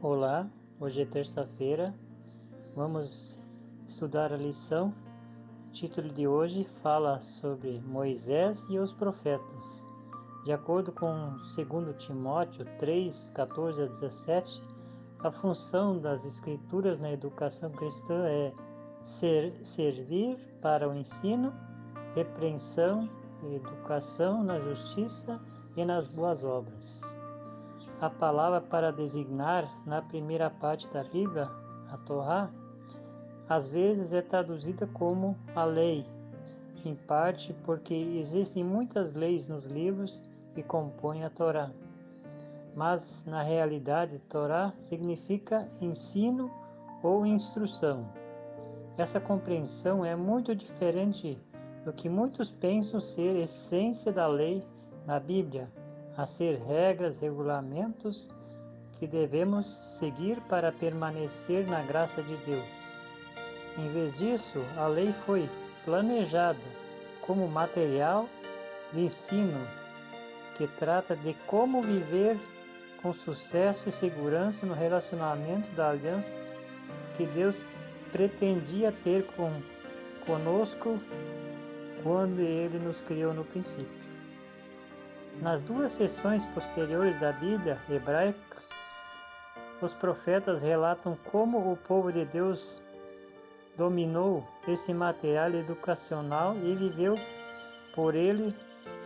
Olá, hoje é terça-feira, vamos estudar a lição. O título de hoje fala sobre Moisés e os profetas. De acordo com 2 Timóteo 3, 14 a 17, a função das escrituras na educação cristã é servir para o ensino, repreensão e educação na justiça e nas boas obras. A palavra para designar na primeira parte da Bíblia, a Torá, às vezes é traduzida como a lei, em parte porque existem muitas leis nos livros que compõem a Torá. Mas, na realidade, Torá significa ensino ou instrução. Essa compreensão é muito diferente do que muitos pensam ser a essência da lei na Bíblia, a ser regras, regulamentos que devemos seguir para permanecer na graça de Deus. Em vez disso, a lei foi planejada como material de ensino que trata de como viver com sucesso e segurança no relacionamento da aliança que Deus pretendia ter conosco quando Ele nos criou no princípio. Nas duas seções posteriores da Bíblia hebraica, os profetas relatam como o povo de Deus dominou esse material educacional e viveu por ele.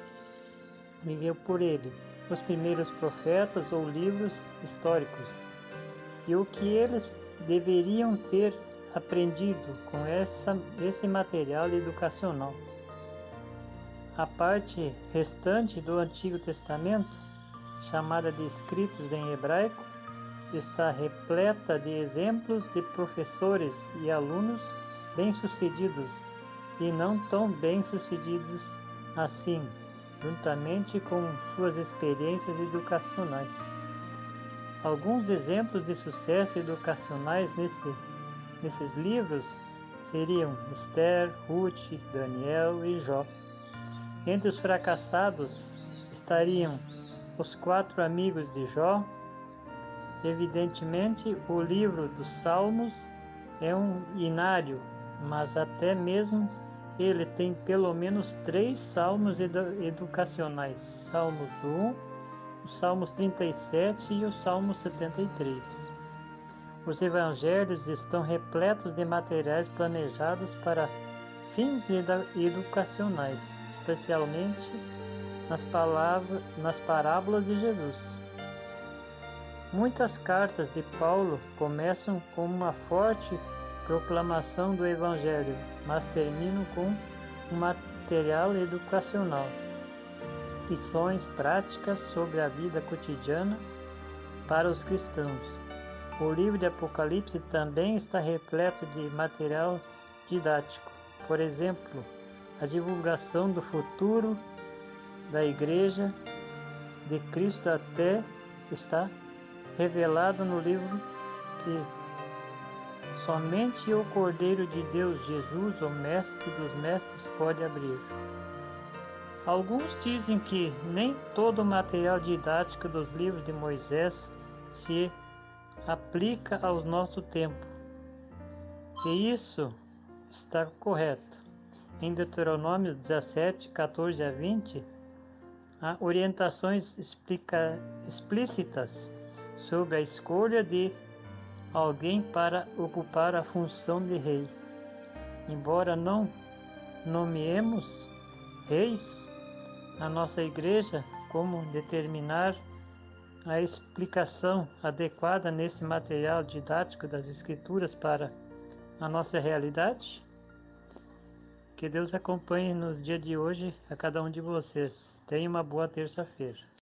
Os primeiros profetas ou livros históricos, e o que eles deveriam ter aprendido com esse material educacional. A parte restante do Antigo Testamento, chamada de escritos em hebraico, está repleta de exemplos de professores e alunos bem-sucedidos e não tão bem-sucedidos assim, juntamente com suas experiências educacionais. Alguns exemplos de sucesso educacionais nesses livros seriam Esther, Ruth, Daniel e Jó. Entre os fracassados estariam os 4 amigos de Jó. Evidentemente, o livro dos Salmos é um inário, mas até mesmo ele tem pelo menos 3 salmos educacionais: Salmos 1, os Salmos 37 e o Salmo 73. Os evangelhos estão repletos de materiais planejados para fins educacionais, especialmente nas parábolas de Jesus. Muitas cartas de Paulo começam com uma forte proclamação do Evangelho, mas terminam com um material educacional, lições práticas sobre a vida cotidiana para os cristãos. O livro de Apocalipse também está repleto de material didático. Por exemplo, a divulgação do futuro da Igreja de Cristo até está revelado no livro que somente o Cordeiro de Deus, Jesus, o Mestre dos Mestres, pode abrir. Alguns dizem que nem todo o material didático dos livros de Moisés se aplica ao nosso tempo. E isso está correto. Em Deuteronômio 17, 14 a 20, há orientações explícitas sobre a escolha de alguém para ocupar a função de rei. Embora não nomeemos reis, a nossa igreja, como determinar a explicação adequada nesse material didático das Escrituras para a nossa realidade? Que Deus acompanhe no dia de hoje a cada um de vocês. Tenha uma boa terça-feira.